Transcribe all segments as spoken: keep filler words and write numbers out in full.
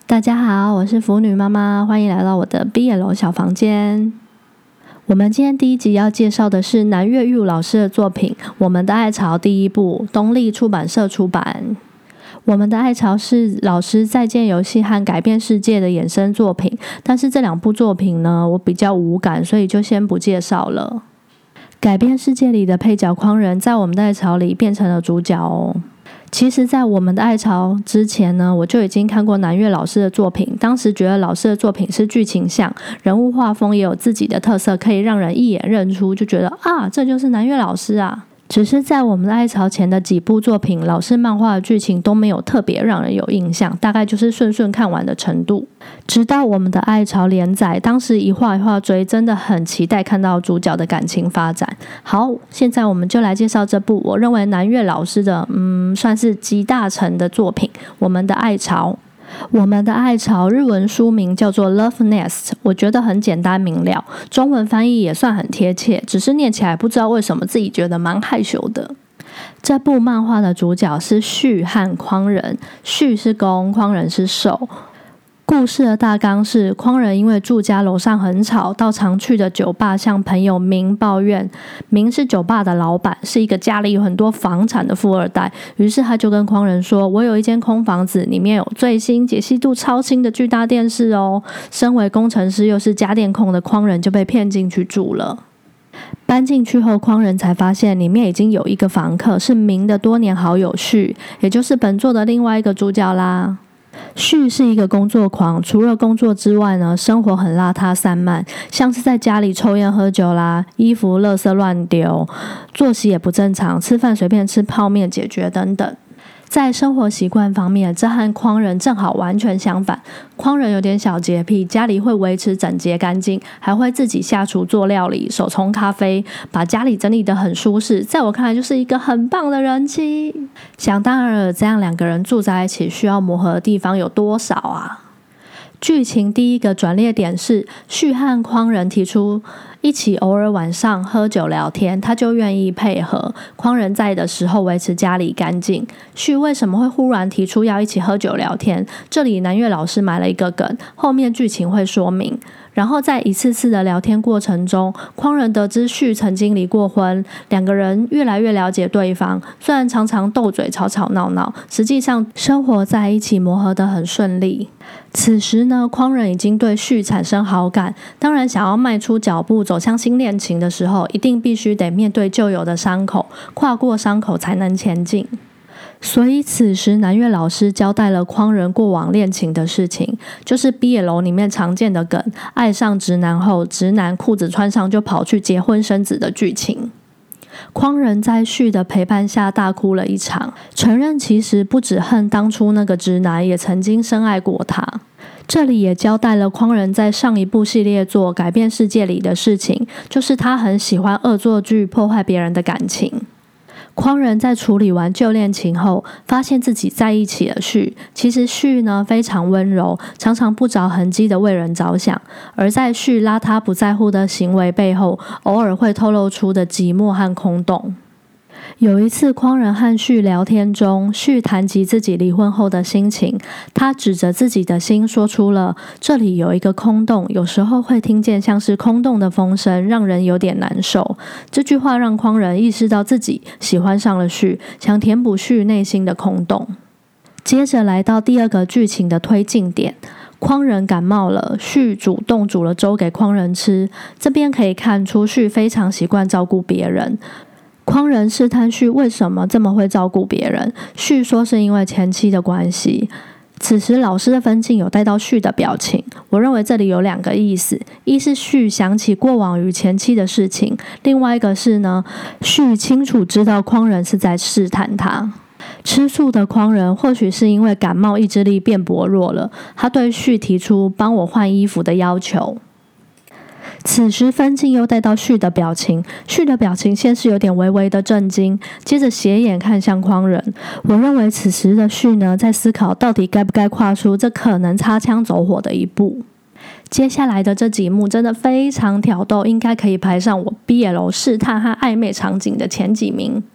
大家好，我是腐女妈妈，欢迎来到我的 B L 小房间。我们今天第一集要介绍的是南岳玉武老师的作品《我们的爱巢》第一部，东立出版社出版。我们的爱巢是老师再见游戏和改变世界的衍生作品，但是这两部作品呢，我比较无感，所以就先不介绍了。改变世界里的配角匡仁，在我们的爱巢里变成了主角哦。其实在我们的爱巢之前呢，我就已经看过南岳老师的作品，当时觉得老师的作品是剧情像，人物画风也有自己的特色，可以让人一眼认出，就觉得啊，这就是南岳老师啊。只是在我们的爱巢前的几部作品，老师漫画的剧情都没有特别让人有印象，大概就是顺顺看完的程度。直到我们的爱巢连载，当时一话一话追，真的很期待看到主角的感情发展。好，现在我们就来介绍这部我认为南岳老师的嗯，算是集大成的作品《我们的爱巢》。我们的爱巢日文书名叫做 Love Nest， 我觉得很简单明了，中文翻译也算很贴切，只是念起来不知道为什么自己觉得蛮害羞的。这部漫画的主角是旭和匡仁，旭是攻，匡仁是受。故事的大纲是匡仁因为住家楼上很吵，到常去的酒吧向朋友明抱怨。明是酒吧的老板，是一个家里有很多房产的富二代，于是他就跟匡仁说，我有一间空房子，里面有最新解析度超清的巨大电视哦。身为工程师又是家电控的匡仁就被骗进去住了。搬进去后，匡仁才发现里面已经有一个房客是明的多年好友旭，也就是本作的另外一个主角啦。旭是一个工作狂，除了工作之外呢，生活很邋遢散漫，像是在家里抽烟喝酒啦，衣服垃圾乱丢，作息也不正常，吃饭随便吃泡面解决等等。在生活习惯方面，这和匡仁正好完全相反。匡仁有点小洁癖，家里会维持整洁干净，还会自己下厨做料理，手冲咖啡，把家里整理得很舒适，在我看来就是一个很棒的人妻。想当然了，这样两个人住在一起需要磨合的地方有多少啊？剧情第一个转捩点是旭和匡仁提出一起偶尔晚上喝酒聊天，他就愿意配合。匡仁在的时候维持家里干净。旭为什么会忽然提出要一起喝酒聊天？这里南岳老师埋了一个梗，后面剧情会说明。然后在一次次的聊天过程中，匡仁得知旭曾经离过婚，两个人越来越了解对方，虽然常常斗嘴吵吵闹闹，实际上生活在一起磨合得很顺利。此时呢，匡仁已经对旭产生好感，当然想要迈出脚步走向新恋情的时候，一定必须得面对旧有的伤口，跨过伤口才能前进。所以此时南岳老师交代了匡仁过往恋情的事情，就是 B L 里面常见的梗，爱上直男后，直男裤子穿上就跑去结婚生子的剧情。匡仁在旭的陪伴下大哭了一场，承认其实不只恨当初那个直男，也曾经深爱过他。这里也交代了匡仁在上一部系列作改变世界里的事情，就是他很喜欢恶作剧破坏别人的感情。匡仁在处理完旧恋情后，发现自己在一起了旭。其实旭呢非常温柔，常常不着痕迹的为人着想，而在旭邋遢不在乎的行为背后，偶尔会透露出的寂寞和空洞。有一次匡仁和旭聊天中，旭谈及自己离婚后的心情，他指着自己的心说出了这里有一个空洞，有时候会听见像是空洞的风声，让人有点难受。这句话让匡仁意识到自己喜欢上了旭，想填补旭内心的空洞。接着来到第二个剧情的推进点，匡仁感冒了，旭主动煮了粥给匡仁吃。这边可以看出旭非常习惯照顾别人。匡仁试探旭为什么这么会照顾别人，旭说是因为前妻的关系。此时老师的分镜有带到旭的表情，我认为这里有两个意思，一是旭想起过往与前妻的事情，另外一个是呢，旭清楚知道匡仁是在试探他。吃素的匡仁或许是因为感冒意志力变薄弱了，他对旭提出帮我换衣服的要求。此时分镜又带到旭的表情，旭的表情先是有点微微的震惊，接着斜眼看向匡仁。我认为此时的旭呢，在思考到底该不该跨出这可能擦枪走火的一步。接下来的这几幕真的非常挑逗，应该可以排上我 B L 试探和暧昧场景的前几名。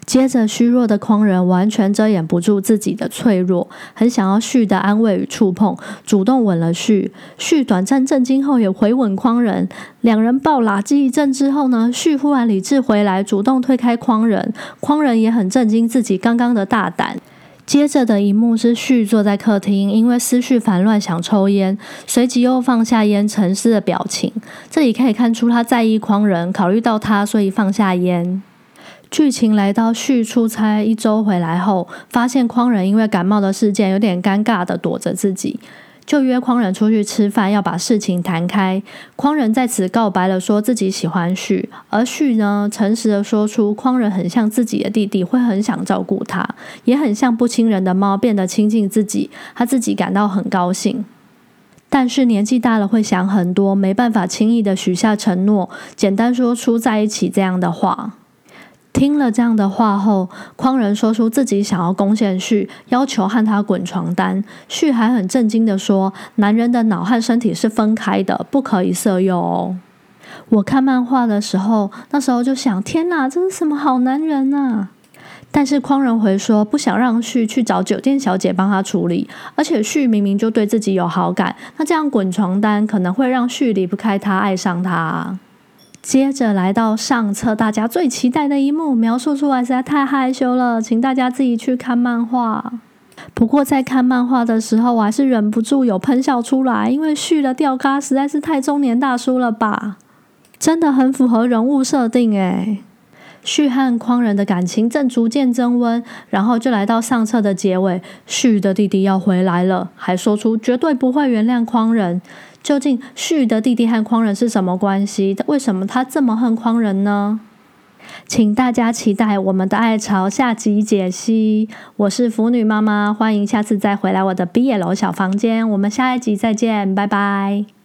接着虚弱的匡仁完全遮掩不住自己的脆弱，很想要旭的安慰与触碰，主动吻了旭。旭短暂震惊后也回吻匡仁，两人抱喇叽一阵之后呢，旭忽然理智回来，主动推开匡仁。匡仁也很震惊自己刚刚的大胆。接着的一幕是旭坐在客厅，因为思绪烦乱想抽烟，随即又放下烟，沉思的表情。这里可以看出他在意匡仁，考虑到他，所以放下烟。剧情来到旭出差一周回来后，发现匡仁因为感冒的事件有点尴尬的躲着自己，就约匡仁出去吃饭，要把事情谈开。匡仁在此告白了，说自己喜欢旭，而旭呢，诚实的说出匡仁很像自己的弟弟，会很想照顾他，也很像不亲人的猫变得亲近自己，他自己感到很高兴。但是年纪大了会想很多，没办法轻易的许下承诺，简单说出在一起这样的话。听了这样的话后，匡仁说出自己想要攻陷旭，要求和他滚床单。旭还很震惊的说，男人的脑和身体是分开的，不可以色诱哦。我看漫画的时候，那时候就想，天哪，这是什么好男人啊。但是匡仁回说，不想让旭去找酒店小姐帮他处理，而且旭明明就对自己有好感，那这样滚床单可能会让旭离不开他，爱上他。接着来到上册大家最期待的一幕，描述出来实在太害羞了，请大家自己去看漫画。不过在看漫画的时候，我还是忍不住有喷笑出来，因为旭的吊咖实在是太中年大叔了吧，真的很符合人物设定耶。旭和匡仁的感情正逐渐增温，然后就来到上册的结尾，旭的弟弟要回来了，还说出绝对不会原谅匡仁。究竟旭的弟弟和匡仁是什么关系？为什么他这么恨匡仁呢？请大家期待我们的爱巢下集解析。我是腐女妈妈，欢迎下次再回来我的 B L 小房间，我们下一集再见，拜拜。